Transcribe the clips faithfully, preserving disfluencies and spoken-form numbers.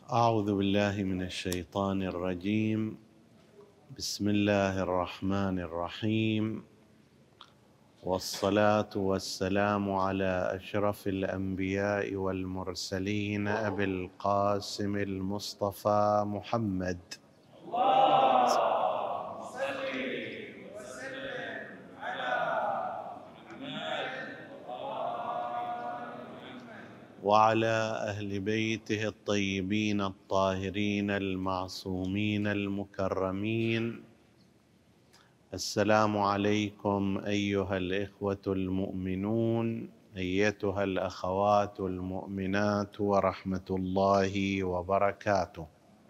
أعوذ بالله من الشيطان الرجيم. بسم الله الرحمن الرحيم، والصلاة والسلام على أشرف الأنبياء والمرسلين أبي القاسم المصطفى محمد. وعلى أهل بيته الطيبين الطاهرين المعصومين المكرمين. السلام عليكم أيها الإخوة المؤمنون، أيتها الأخوات المؤمنات، ورحمة الله وبركاته.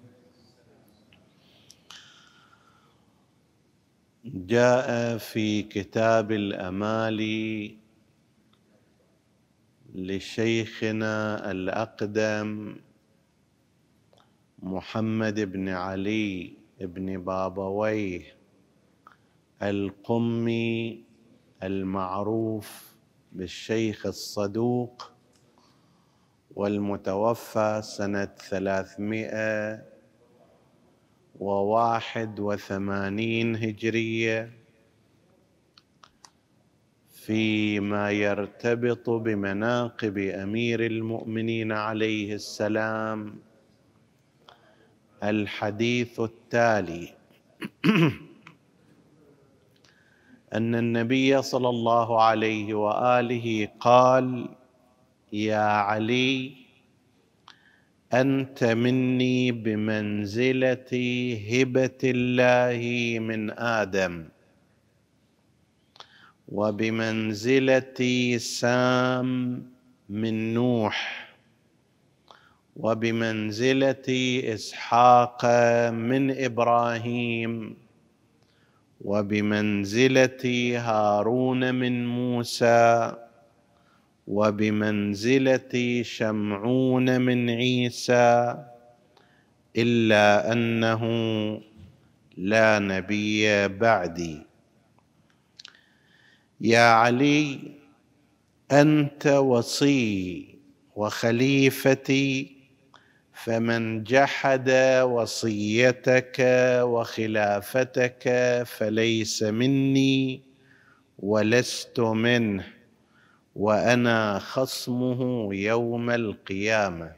جاء في كتاب الأمال لشيخنا الأقدم محمد بن علي بن بابويه القمي المعروف بالشيخ الصدوق، والمتوفى سنة ثلاثمائة وواحد وثمانين هجرية، فيما يرتبط بمناقب أمير المؤمنين عليه السلام الحديث التالي: أن النبي صلى الله عليه وآله قال: يا علي، أنت مني بمنزلة هبة الله من آدم، وبمنزلة سام من نوح، وبمنزلة إسحاق من إبراهيم، وبمنزلة هارون من موسى، وبمنزلة شمعون من عيسى، إلا أنه لا نبي بعدي. يا علي، أنت وصي وخليفتي، فمن جحد وصيتك وخلافتك فليس مني ولست منه، وأنا خصمه يوم القيامة.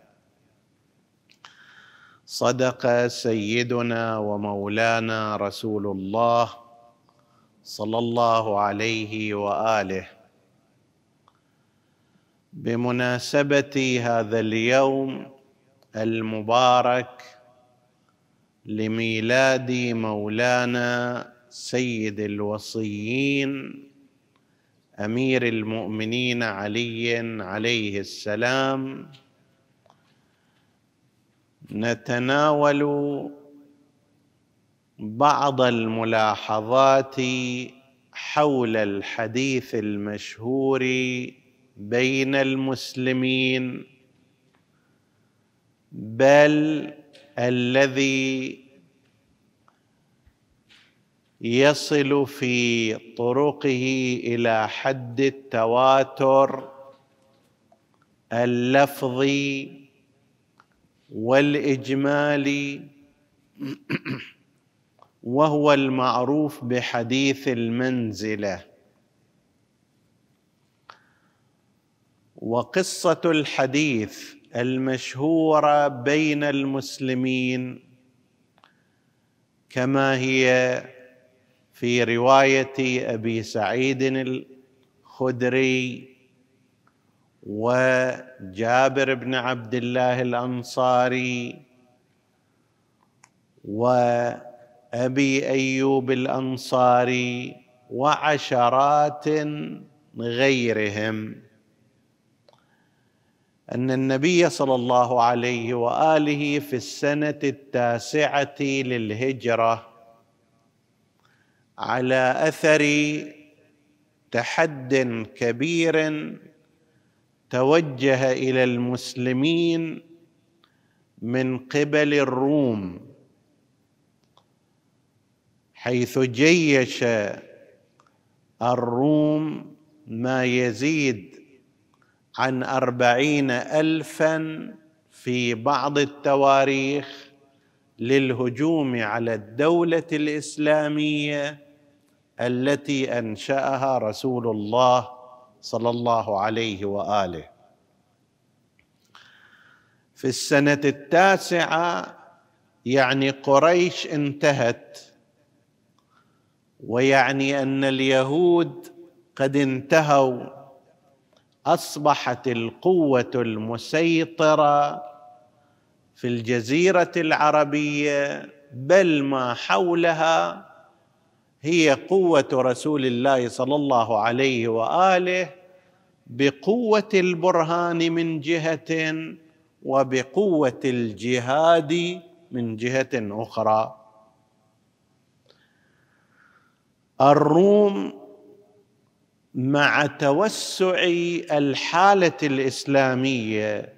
صدق سيدنا ومولانا رسول الله صلى الله عليه وآله. بمناسبة هذا اليوم المبارك لميلاد مولانا سيد الوصيين أمير المؤمنين علي عليه السلام، نتناول بعض الملاحظات حول الحديث المشهور بين المسلمين، بل الذي يصل في طرقه إلى حد التواتر اللفظي والإجمالي، وهو المعروف بحديث المنزلة. وقصة الحديث المشهورة بين المسلمين كما هي في رواية أبي سعيد الخدري وجابر بن عبد الله الأنصاري وأبي أيوب الأنصاري وعشرات غيرهم، أن النبي صلى الله عليه وآله في السنة التاسعة للهجرة، على أثر تحد كبير توجه إلى المسلمين من قبل الروم، حيث جيش الروم ما يزيد عن أربعين ألفا في بعض التواريخ للهجوم على الدولة الإسلامية التي أنشأها رسول الله صلى الله عليه وآله. في السنة التاسعة يعني قريش انتهت، ويعني أن اليهود قد انتهوا، أصبحت القوة المسيطرة في الجزيرة العربية بل ما حولها هي قوة رسول الله صلى الله عليه وآله، بقوة البرهان من جهة وبقوة الجهاد من جهة أخرى. الروم مع توسع الحالة الإسلامية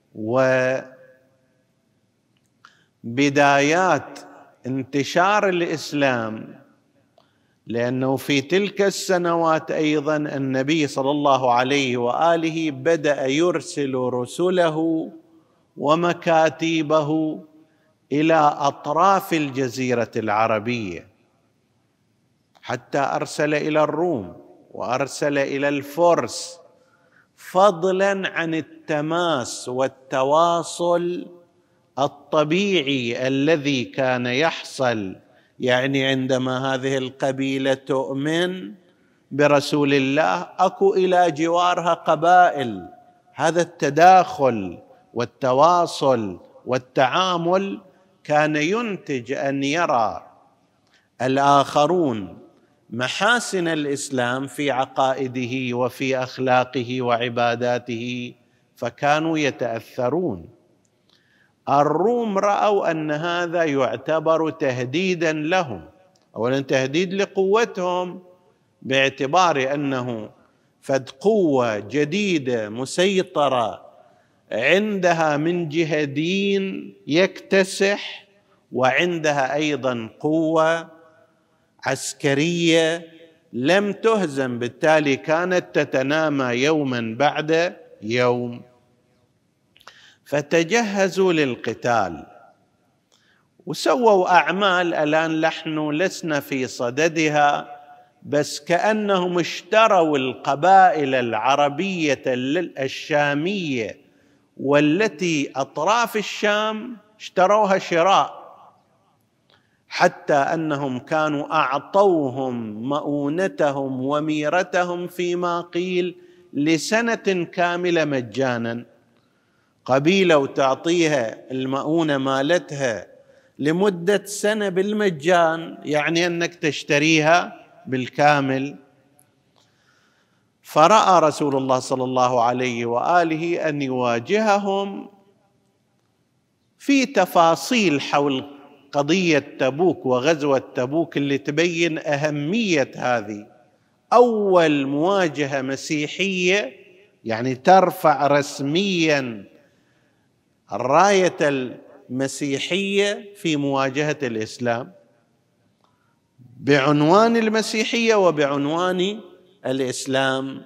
وبدايات انتشار الإسلام، لأنه في تلك السنوات أيضا النبي صلى الله عليه وآله بدأ يرسل رسله ومكاتيبه إلى أطراف الجزيرة العربية، حتى أرسل إلى الروم وأرسل إلى الفرس، فضلا عن التماس والتواصل الطبيعي الذي كان يحصل. يعني عندما هذه القبيلة تؤمن برسول الله أكو إلى جوارها قبائل، هذا التداخل والتواصل والتعامل كان ينتج أن يرى الآخرون محاسن الإسلام في عقائده وفي أخلاقه وعباداته، فكانوا يتأثرون. الروم رأوا أن هذا يعتبر تهديدا لهم، أولا تهديد لقوتهم باعتبار أنه فد قوة جديدة مسيطرة عندها من جهة دين يكتسح، وعندها أيضا قوة عسكرية لم تهزم، بالتالي كانت تتنامى يوما بعد يوم، فتجهزوا للقتال وسووا أعمال الآن نحن لسنا في صددها، بس كأنهم اشتروا القبائل العربية الشامية والتي أطراف الشام، اشتروها شراء، حتى أنهم كانوا أعطوهم مؤونتهم وميرتهم فيما قيل لسنة كاملة مجانا. قبيلة وتعطيها المؤونة مالتها لمدة سنة بالمجان، يعني أنك تشتريها بالكامل. فرأى رسول الله صلى الله عليه وآله أن يواجههم في تفاصيل حول قضية تبوك وغزوة تبوك اللي تبين أهمية هذه. أول مواجهة مسيحية، يعني ترفع رسميا الراية المسيحية في مواجهة الإسلام بعنوان المسيحية وبعنوان الإسلام،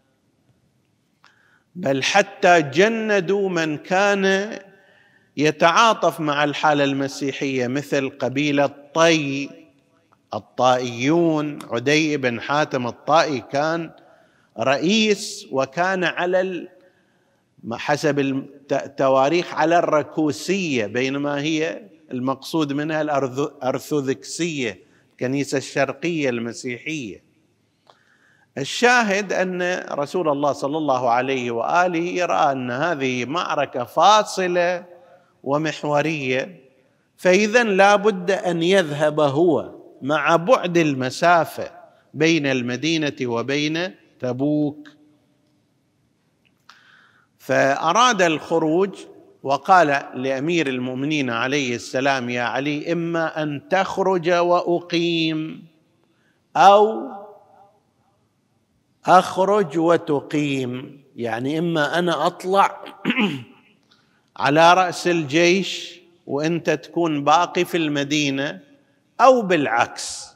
بل حتى جندوا من كان يتعاطف مع الحالة المسيحية، مثل قبيلة طي، الطائيون. عدي بن حاتم الطائي كان رئيس، وكان على حسب التواريخ على الركوسية، بينما هي المقصود منها الأرثوذكسية، الكنيسة الشرقية المسيحية. الشاهد أن رسول الله صلى الله عليه وآله رأى أن هذه معركة فاصلة ومحورية، فإذا لا بد أن يذهب هو مع بعد المسافة بين المدينة وبين تبوك. فأراد الخروج، وقال لأمير المؤمنين عليه السلام: يا علي، إما أن تخرج وأقيم، أو أخرج وتقيم. يعني إما أنا أطلع على رأس الجيش وأنت تكون باقي في المدينة، أو بالعكس.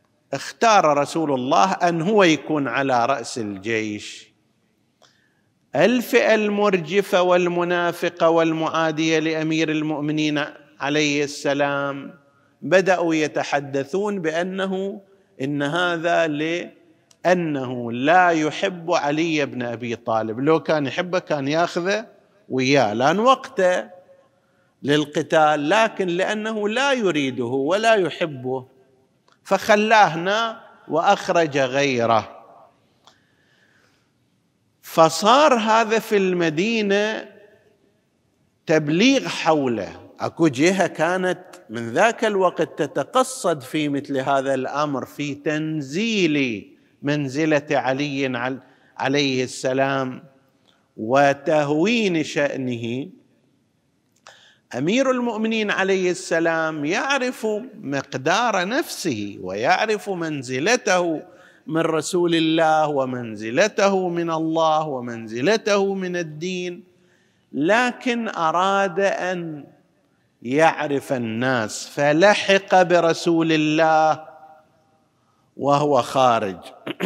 فاختار رسول الله أن هو يكون على رأس الجيش. الفئة المرجفة والمنافقة والمعادية لأمير المؤمنين عليه السلام بدأوا يتحدثون بأنه إن هذا لأنه لا يحب علي بن أبي طالب، لو كان يحبه كان ياخذه وياه لأن وقته للقتال، لكن لأنه لا يريده ولا يحبه فخلاه هنا وأخرج غيره. فصار هذا في المدينة تبليغ حوله، أكو جهة كانت من ذاك الوقت تتقصد في مثل هذا الأمر في تنزيل منزلة علي عليه السلام وتهوين شأنه. أمير المؤمنين عليه السلام يعرف مقدار نفسه ويعرف منزلته من رسول الله ومنزلته من الله ومنزلته من الدين، لكن أراد أن يعرف الناس فلحق برسول الله وهو خارج.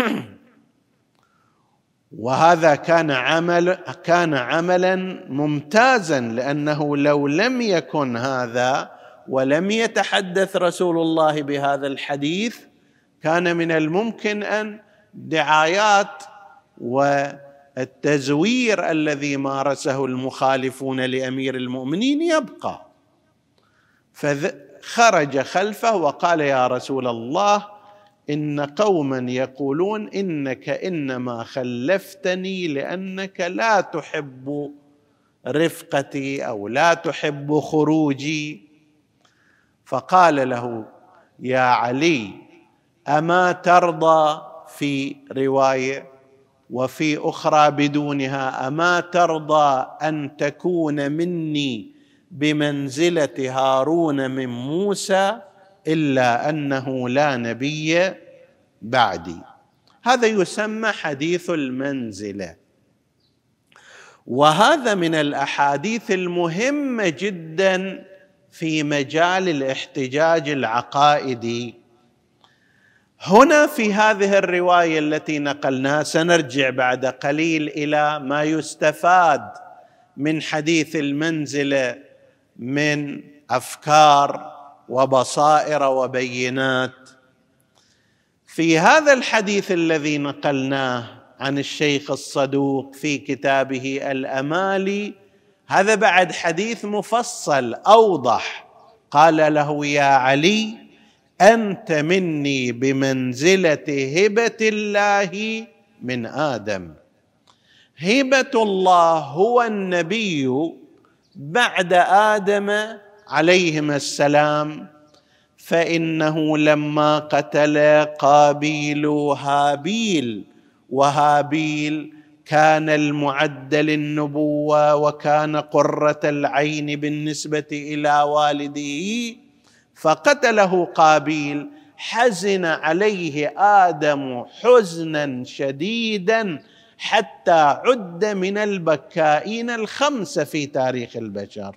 وهذا كان عمل كان عملا ممتازا، لأنه لو لم يكن هذا ولم يتحدث رسول الله بهذا الحديث كان من الممكن أن دعايات والتزوير الذي مارسه المخالفون لأمير المؤمنين يبقى. فخرج خلفه وقال: يا رسول الله، إن قوما يقولون إنك إنما خلفتني لأنك لا تحب رفقتي أو لا تحب خروجي. فقال له: يا علي، أما ترضى، في رواية وفي أخرى بدونها، أما ترضى أن تكون مني بمنزلة هارون من موسى إلا أنه لا نبي بعدي. هذا يسمى حديث المنزلة، وهذا من الأحاديث المهمة جدا في مجال الاحتجاج العقائدي. هنا في هذه الرواية التي نقلناها سنرجع بعد قليل إلى ما يستفاد من حديث المنزلة من أفكار وبصائر وبينات. في هذا الحديث الذي نقلناه عن الشيخ الصدوق في كتابه الأمالي، هذا بعد حديث مفصل أوضح. قال له: يا علي، أنت مني بمنزلة هبة الله من آدم. هبة الله هو النبي بعد آدم عليهما السلام، فإنه لما قتل قابيل هابيل، وهابيل كان المعد للنبوة وكان قرة العين بالنسبة إلى والده، فقتله قابيل، حزن عليه آدم حزنا شديدا حتى عد من البكائين الخمسة في تاريخ البشر.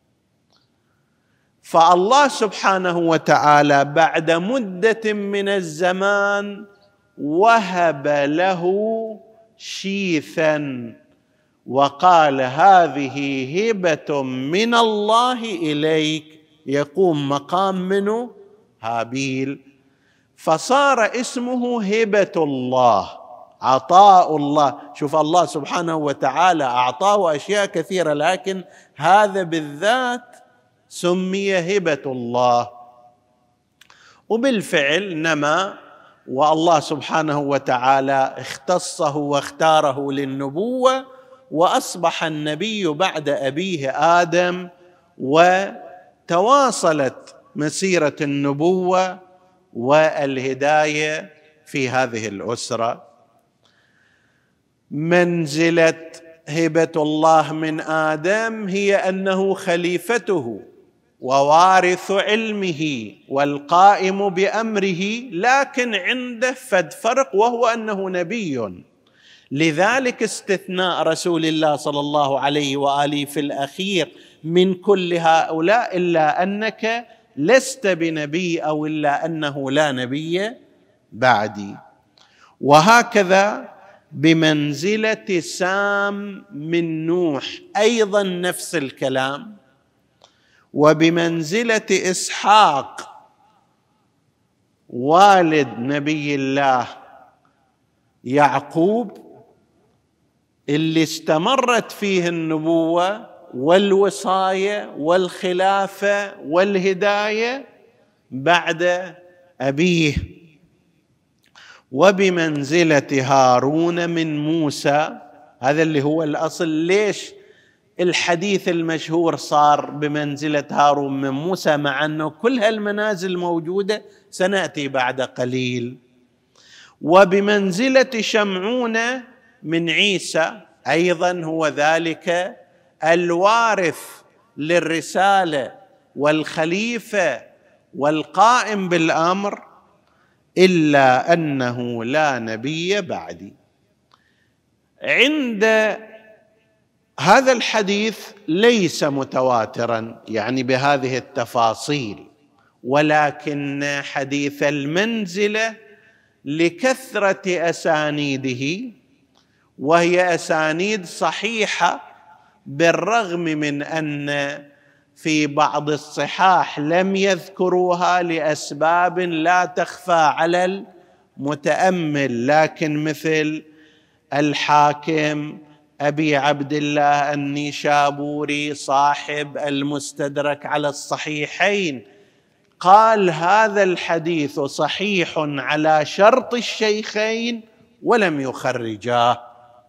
فالله سبحانه وتعالى بعد مدة من الزمان وهب له شيثا وقال: هذه هبة من الله إليك، يقوم مقام منه هابيل، فصار اسمه هبة الله، عطاء الله. شوف، الله سبحانه وتعالى أعطاه أشياء كثيرة، لكن هذا بالذات سمي هبة الله. وبالفعل نما، والله سبحانه وتعالى اختصه واختاره للنبوة، وأصبح النبي بعد أبيه آدم، وتواصلت مسيرة النبوة والهداية في هذه الأسرة. منزلة هبة الله من آدم هي أنه خليفته ووارث علمه والقائم بأمره، لكن عنده فد فرق، وهو أنه نبي. لذلك استثناء رسول الله صلى الله عليه وآله في الأخير من كل هؤلاء: إلا أنك لست بنبي، أو إلا أنه لا نبي بعدي. وهكذا بمنزلة سام من نوح، أيضا نفس الكلام، وبمنزلة إسحاق والد نبي الله يعقوب اللي استمرت فيه النبوة والوصاية والخلافة والهداية بعد أبيه، وبمنزلة هارون من موسى. هذا اللي هو الأصل. ليش الحديث المشهور صار بمنزلة هارون من موسى مع أنه كل هالمنازل موجودة؟ سنأتي بعد قليل. وبمنزلة شمعون من عيسى، أيضا هو ذلك الوارث للرسالة والخليفة والقائم بالأمر، إلا أنه لا نبي بعدي. عند هذا الحديث ليس متواترا يعني بهذه التفاصيل، ولكن حديث المنزلة لكثرة أسانيده، وهي أسانيد صحيحة بالرغم من أن في بعض الصحاح لم يذكروها لأسباب لا تخفى على المتأمل، لكن مثل الحاكم أبي عبد الله النيشابوري صاحب المستدرك على الصحيحين قال هذا الحديث صحيح على شرط الشيخين ولم يخرجاه،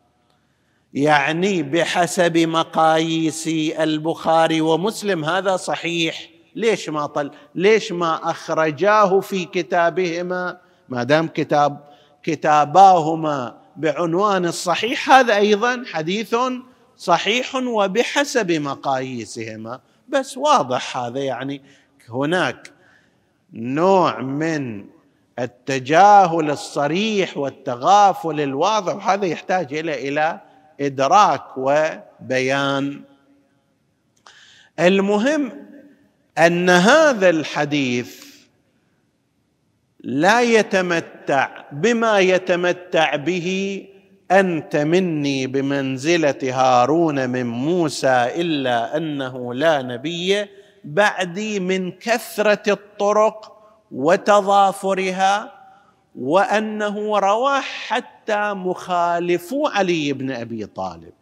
يعني بحسب مقاييس البخاري ومسلم هذا صحيح. ليش ما طل ليش ما أخرجاه في كتابهما ما دام كتاب كتاباهما بعنوان الصحيح؟ هذا أيضا حديث صحيح وبحسب مقاييسهما. بس واضح هذا، يعني هناك نوع من التجاهل الصريح والتغافل الواضح، وهذا يحتاج إلى إلى إدراك وبيان. المهم أن هذا الحديث لا يتمتع بما يتمتع به أنت مني بمنزلة هارون من موسى، إلا أنه لا نبي بعدي، من كثرة الطرق وتضافرها، وأنه رواه حتى مخالفو علي بن أبي طالب.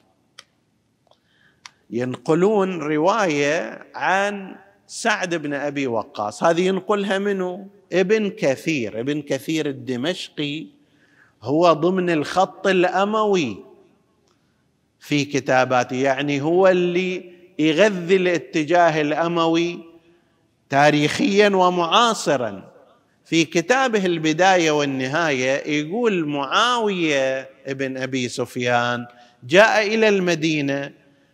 ينقلون رواية عن سعد بن أبي وقاص، هذه ينقلها منه ابن كثير. ابن كثير الدمشقي هو ضمن الخط الأموي في كتاباته، يعني هو اللي يغذي الاتجاه الأموي تاريخيا ومعاصرا. في كتابه البداية والنهاية يقول معاوية ابن أبي سفيان جاء إلى المدينة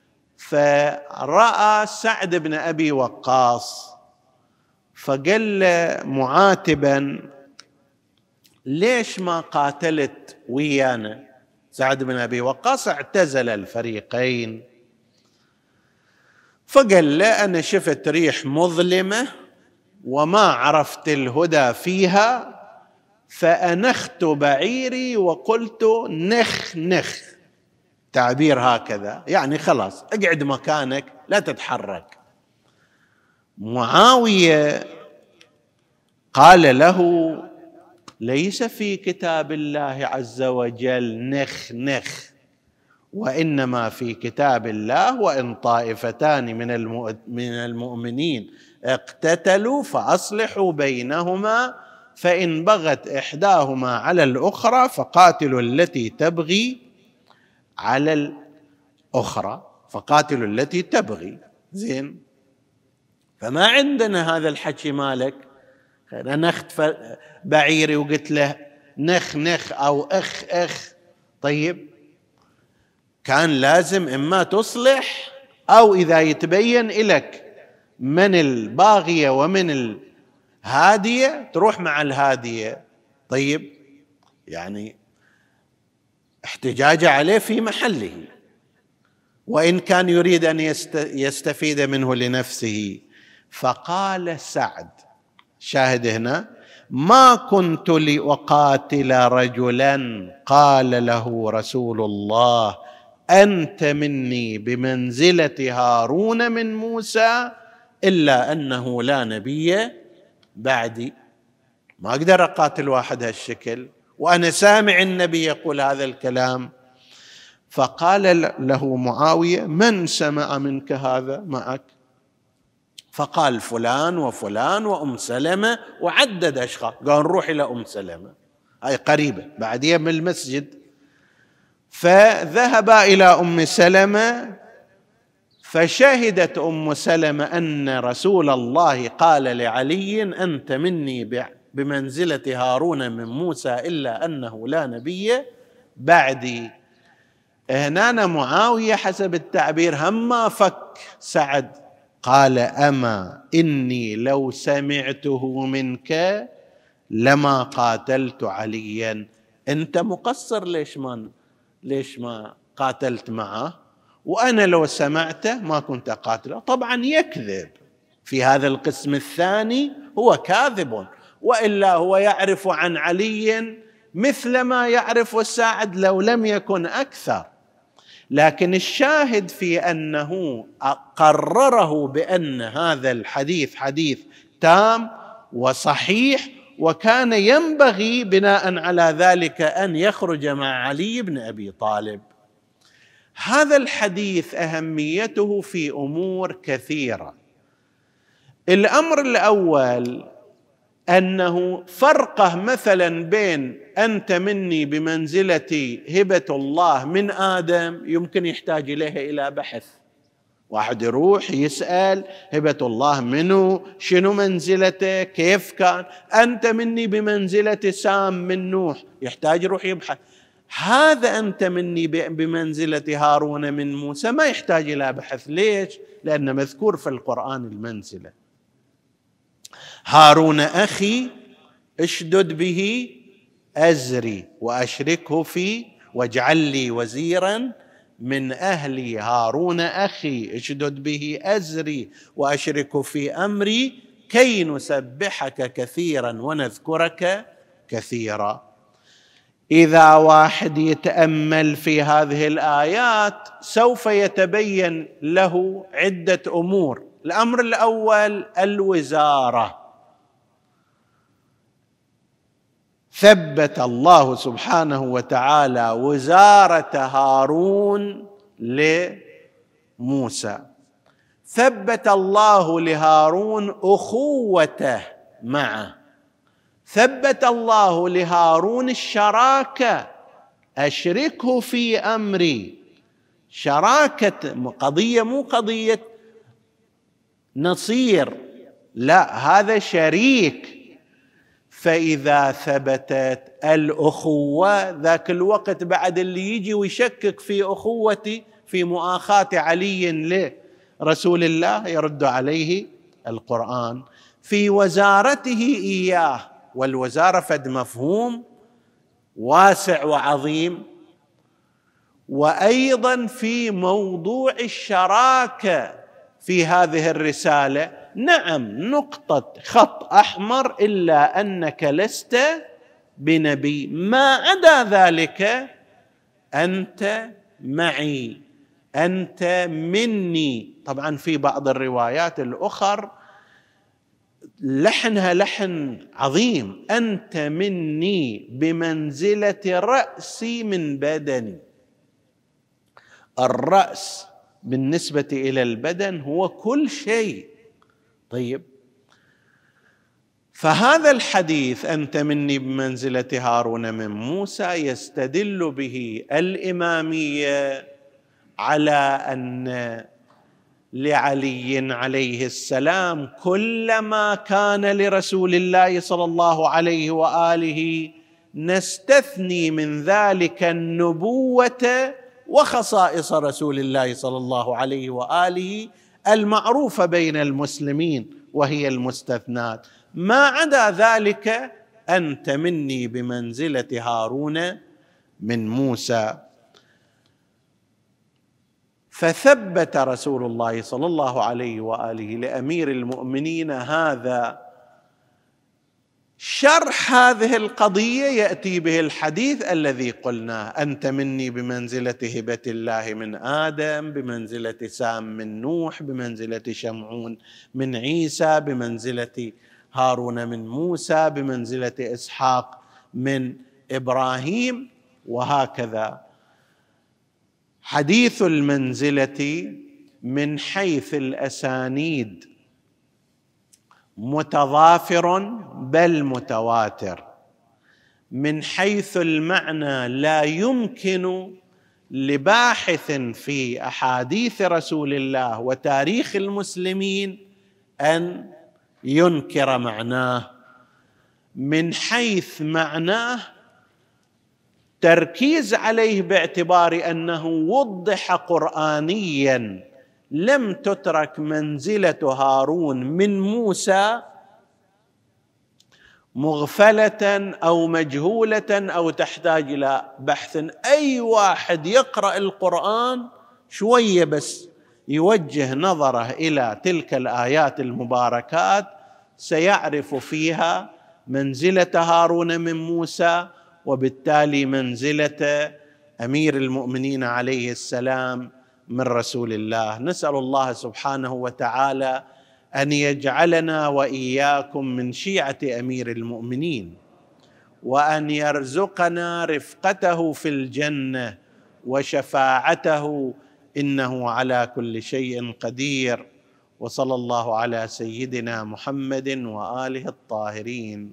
فرأى سعد بن أبي وقاص، فقال له معاتبا ليش ما قاتلت ويانا؟ سعد بن أبي وقاص اعتزل الفريقين، فقال له أنا شفت ريح مظلمة وما عرفت الهدى فيها، فأنخت بعيري وقلت نخ نخ، تعبير هكذا، يعني خلاص اقعد مكانك لا تتحرك. معاوية قال له ليس في كتاب الله عز وجل نخ نخ، وإنما في كتاب الله وإن طائفتان من المؤمنين اقتتلوا فأصلحوا بينهما فإن بغت إحداهما على الأخرى فقاتلوا التي تبغي على الأخرى فقاتلوا التي تبغي. زين، فما عندنا هذا الحكي مالك أنا نخت بعيري وقلت له نخ نخ أو أخ أخ. طيب كان لازم إما تصلح، أو إذا يتبين لك من الباغية ومن الهادية تروح مع الهادية. طيب يعني احتجاج عليه في محله، وإن كان يريد أن يستفيد منه لنفسه. فقال سعد، شاهد هنا، ما كنت لأقاتل رجلا قال له رسول الله أنت مني بمنزلة هارون من موسى إلا أنه لا نبي بعدي. ما أقدر أقاتل واحد هالشكل وأنا سامع النبي يقول هذا الكلام. فقال له معاوية من سمع منك هذا معك؟ فقال فلان وفلان وأم سلمة وعدد أشخاص. قال نروح إلى أم سلمة هاي قريبة بعدين من المسجد. فذهبا إلى أم سلمة فشهدت أم سلمة أن رسول الله قال لعلي أنت مني بمنزلة هارون من موسى إلا أنه لا نبي بعدي. هنا معاوية حسب التعبير هم فك سعد قال أما إني لو سمعته منك لما قاتلت عليا. أنت مقصر ليش ما ليش ما قاتلت معه؟ وأنا لو سمعته ما كنت أقاتله. طبعا يكذب في هذا القسم الثاني، هو كاذب، وإلا هو يعرف عن علي مثل ما يعرف سعد لو لم يكن أكثر. لكن الشاهد في أنه قرره بأن هذا الحديث حديث تام وصحيح، وكان ينبغي بناء على ذلك أن يخرج مع علي بن أبي طالب. هذا الحديث أهميته في أمور كثيرة. الأمر الأول أنه فرقه مثلا بين أنت مني بمنزلة هبة الله من آدم يمكن يحتاج إليها إلى بحث. واحد يروح يسأل هبة الله منه، شنو منزلته، كيف كان. أنت مني بمنزلة سام من نوح يحتاج يروح يبحث. هذا أنت مني بمنزلة هارون من موسى ما يحتاج إلى بحث. ليش؟ لأن مذكور في القرآن المنزلة. هارون أخي اشدد به أزري وأشركه في واجعل لي وزيرا من أهلي. هارون أخي اشدد به أزري وأشركه في أمري كي نسبحك كثيرا ونذكرك كثيرا. إذا واحد يتأمل في هذه الآيات سوف يتبين له عدة أمور. الأمر الأول الوزارة. ثبت الله سبحانه وتعالى وزارة هارون لموسى. ثبت الله لهارون أخوته معه. ثبت الله لهارون الشراكة، أشركه في أمري. شراكة قضية مو قضية نصير، لا، هذا شريك. فإذا ثبتت الأخوة ذاك الوقت بعد اللي يجي ويشكك في أخوتي في مؤاخاة علي لرسول الله يرد عليه القرآن. في وزارته إياه، والوزارة فد مفهوم واسع وعظيم. وأيضا في موضوع الشراكة في هذه الرسالة، نعم نقطة خط أحمر إلا أنك لست بنبي، ما عدا ذلك أنت معي، أنت مني. طبعا في بعض الروايات الأخرى لحنها لحن عظيم، أنت مني بمنزلة رأسي من بدني. الرأس بالنسبة إلى البدن هو كل شيء. طيب، فهذا الحديث أنت مني بمنزلة هارون من موسى يستدل به الإمامية على أن لعلي عليه السلام كلما كان لرسول الله صلى الله عليه وآله، نستثني من ذلك النبوة وخصائص رسول الله صلى الله عليه وآله المعروفة بين المسلمين وهي المستثنات. ما عدا ذلك أنت مني بمنزلة هارون من موسى. فثبت رسول الله صلى الله عليه وآله لأمير المؤمنين هذا شرح هذه القضية يأتي به الحديث الذي قلناه: أنت مني بمنزلة هبة الله من آدم، بمنزلة سام من نوح، بمنزلة شمعون من عيسى، بمنزلة هارون من موسى، بمنزلة إسحاق من إبراهيم، وهكذا. حديث المنزلة من حيث الأسانيد متضافر بل متواتر، من حيث المعنى لا يمكن لباحث في أحاديث رسول الله وتاريخ المسلمين أن ينكر معناه. من حيث معناه تركيز عليه باعتبار أنه وضح قرآنياً، لم تترك منزلة هارون من موسى مغفلة أو مجهولة أو تحتاج إلى بحث. أي واحد يقرأ القرآن شوية بس يوجه نظره إلى تلك الآيات المباركات سيعرف فيها منزلة هارون من موسى، وبالتالي منزلة أمير المؤمنين عليه السلام من رسول الله. نسأل الله سبحانه وتعالى أن يجعلنا وإياكم من شيعة أمير المؤمنين، وأن يرزقنا رفقته في الجنة وشفاعته، إنه على كل شيء قدير. وصلى الله على سيدنا محمد وآله الطاهرين.